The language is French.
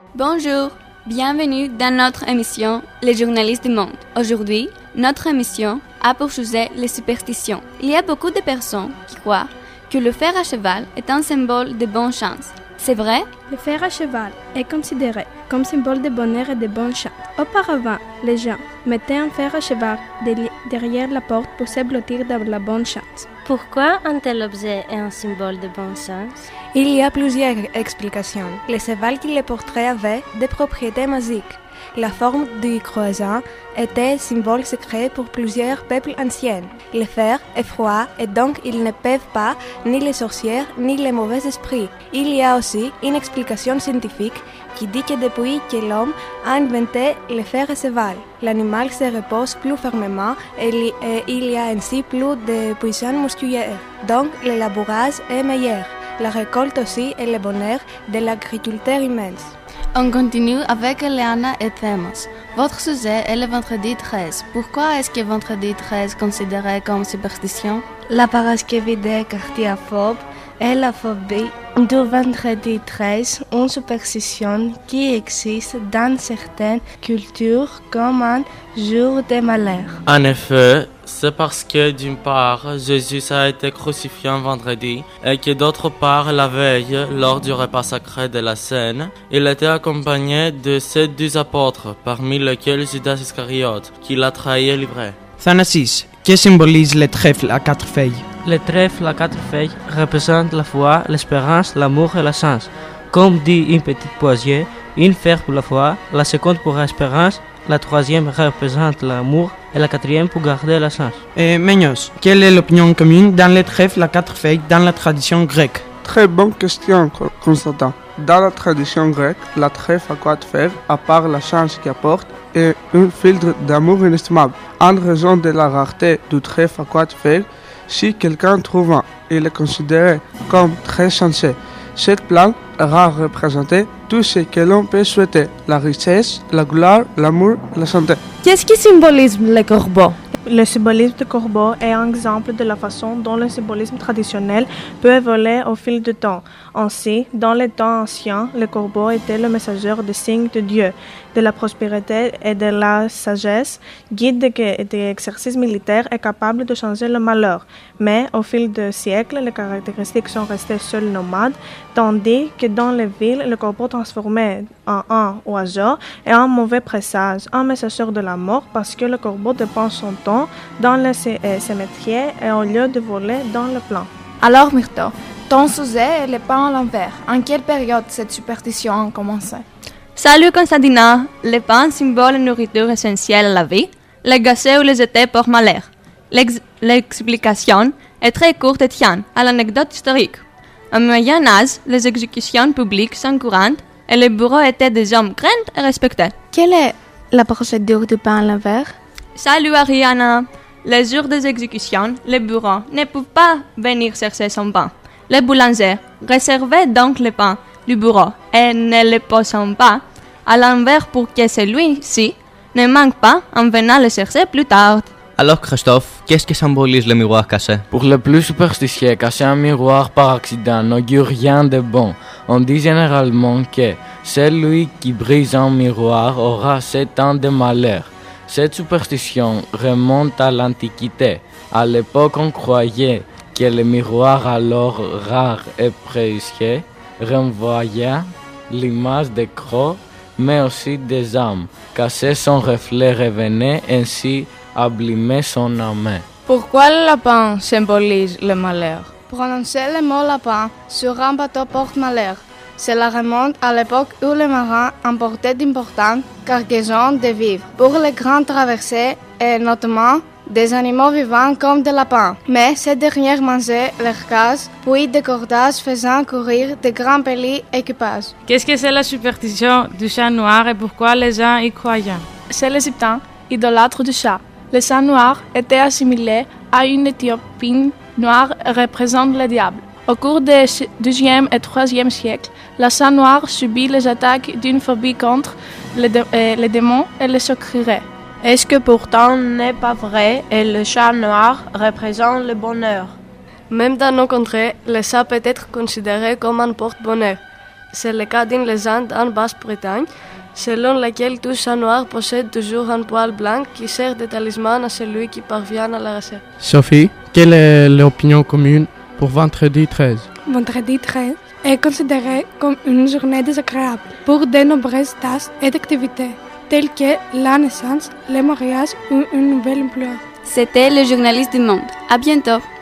Bonjour, bienvenue dans notre émission Les journalistes du monde. Aujourd'hui, notre émission a pour sujet les superstitions. Il y a beaucoup de personnes qui croient que le fer à cheval est un symbole de bonne chance. C'est vrai? Le fer à cheval est considéré comme symbole de bonheur et de bonne chance. Auparavant, les gens mettaient un fer à cheval derrière la porte pour se blottir dans la bonne chance. Pourquoi un tel objet est un symbole de bonne chance? Il y a plusieurs explications. Le cheval qui le portait avait des propriétés magiques. La forme du croissant était symbole secret pour plusieurs peuples anciens. Le fer est froid et donc ils ne peuvent pas ni les sorcières ni les mauvais esprits. Il y a aussi une explication scientifique qui dit que depuis que l'homme a inventé le fer à cheval, l'animal se repose plus fermement et il y a ainsi plus de puissance musculaire. Donc le labourage est meilleur. La récolte aussi est le bonheur de l'agriculture immense. On continue avec Eliana et Thémas. Votre sujet est le vendredi 13. Pourquoi est-ce que vendredi 13 est considéré comme superstition? La parascevide cardiophobe est la phobie du vendredi 13, une superstition qui existe dans certaines cultures comme un jour de malheur. En effet, c'est parce que d'une part, Jésus a été crucifié un vendredi et que d'autre part, la veille, lors du repas sacré de la Seine, il était accompagné de ses 12 apôtres, parmi lesquels Judas Iscariote, qui l'a trahi et livré. Thanasis, que symbolise le trèfle à 4 feuilles? Le trèfle à 4 feuilles représente la foi, l'espérance, l'amour et la chance. Comme dit une petite poisier, une feuille pour la foi, la seconde pour l'espérance, la troisième représente l'amour et la quatrième pour garder la chance. Ménios, quelle est l'opinion commune dans le trèfle à 4 feuilles dans la tradition grecque? Très bonne question, Constantin. Dans la tradition grecque, la trèfle à 4 feuilles, à part la chance qu'il apporte, est un filtre d'amour inestimable. En raison de la rareté du trèfle à 4 feuilles, si quelqu'un trouve un, il est considéré comme très chanceux. Cette plante rare représentait tout ce que l'on peut souhaiter, la richesse, la gloire, l'amour, la santé. Qu'est-ce qui symbolise le corbeau? Le symbolisme du corbeau est un exemple de la façon dont le symbolisme traditionnel peut évoluer au fil du temps. Ainsi, dans les temps anciens, le corbeau était le messager des signes de Dieu, de la prospérité et de la sagesse, guide des exercices militaires et capable de changer le malheur. Mais au fil des siècles, les caractéristiques sont restées seules nomades, tandis que dans les villes, le corbeau transformé en un oiseau est un mauvais présage, un messager de la mort parce que le corbeau dépense son temps dans les cimetières et au lieu de voler dans le plan. Alors Myrto, ton sujet est le pain à l'envers. En quelle période cette superstition a commencé? Salut Constantina, le pain symbole de nourriture essentielle à la vie, le gâcher ou le jeter pour malheur. L'explication est très courte et tient à l'anecdote historique. Au Moyen-Âge, les exécutions publiques sont courantes et les bourreaux étaient des hommes craints et respectés. Quelle est la procédure du pain à l'envers? Salut Ariana! Les jours des exécutions, les bourreaux ne peuvent pas venir chercher son pain. Les boulangers réservaient donc le pain du bourreau et ne le posaient pas à l'envers pour que celui-ci ne manque pas en venant le chercher plus tard. Alors Christophe, qu'est-ce que symbolise le miroir cassé? Pour les plus superstitieux, casser un miroir par accident n'augure rien de bon. On dit généralement que celui qui brise un miroir aura 7 ans de malheur. Cette superstition remonte à l'Antiquité. À l'époque, on croyait que les miroirs alors rares et précieux renvoyaient l'image des crocs, mais aussi des âmes. Casser son reflet revenait ainsi abîmer son âme. Pourquoi le lapin symbolise le malheur? Prononcer le mot lapin sur un bateau porte malheur. Cela remonte à l'époque où les marins emportaient d'importantes cargaisons de vivres pour les grandes traversées et notamment des animaux vivants comme des lapins. Mais ces derniers mangeaient leurs cases, puis des cordages faisant courir de grands petits équipages. Qu'est-ce que c'est la superstition du chat noir et pourquoi les gens y croyaient? C'est l'Égyptien, idolâtre du chat. Le chat noir était assimilé à une Éthiopine noire et représente le diable. Au cours des 2e et 3e siècles, le chat noir subit les attaques d'une phobie contre les démons et les sorcières. Est-ce que pourtant n'est pas vrai et le chat noir représente le bonheur? Même dans nos contrées, le chat peut être considéré comme un porte-bonheur. c'est le cas d'une légende en Basse-Bretagne, selon laquelle tout chat noir possède toujours un poil blanc qui sert de talisman à celui qui parvient à la recevoir. Sophie, quelle est l'opinion commune pour vendredi 13? Vendredi 13 est considéré comme une journée désagréable pour de nombreuses tâches et activités, telles que la naissance, le mariage ou une nouvelle emploi. C'était le journaliste du Monde. À bientôt.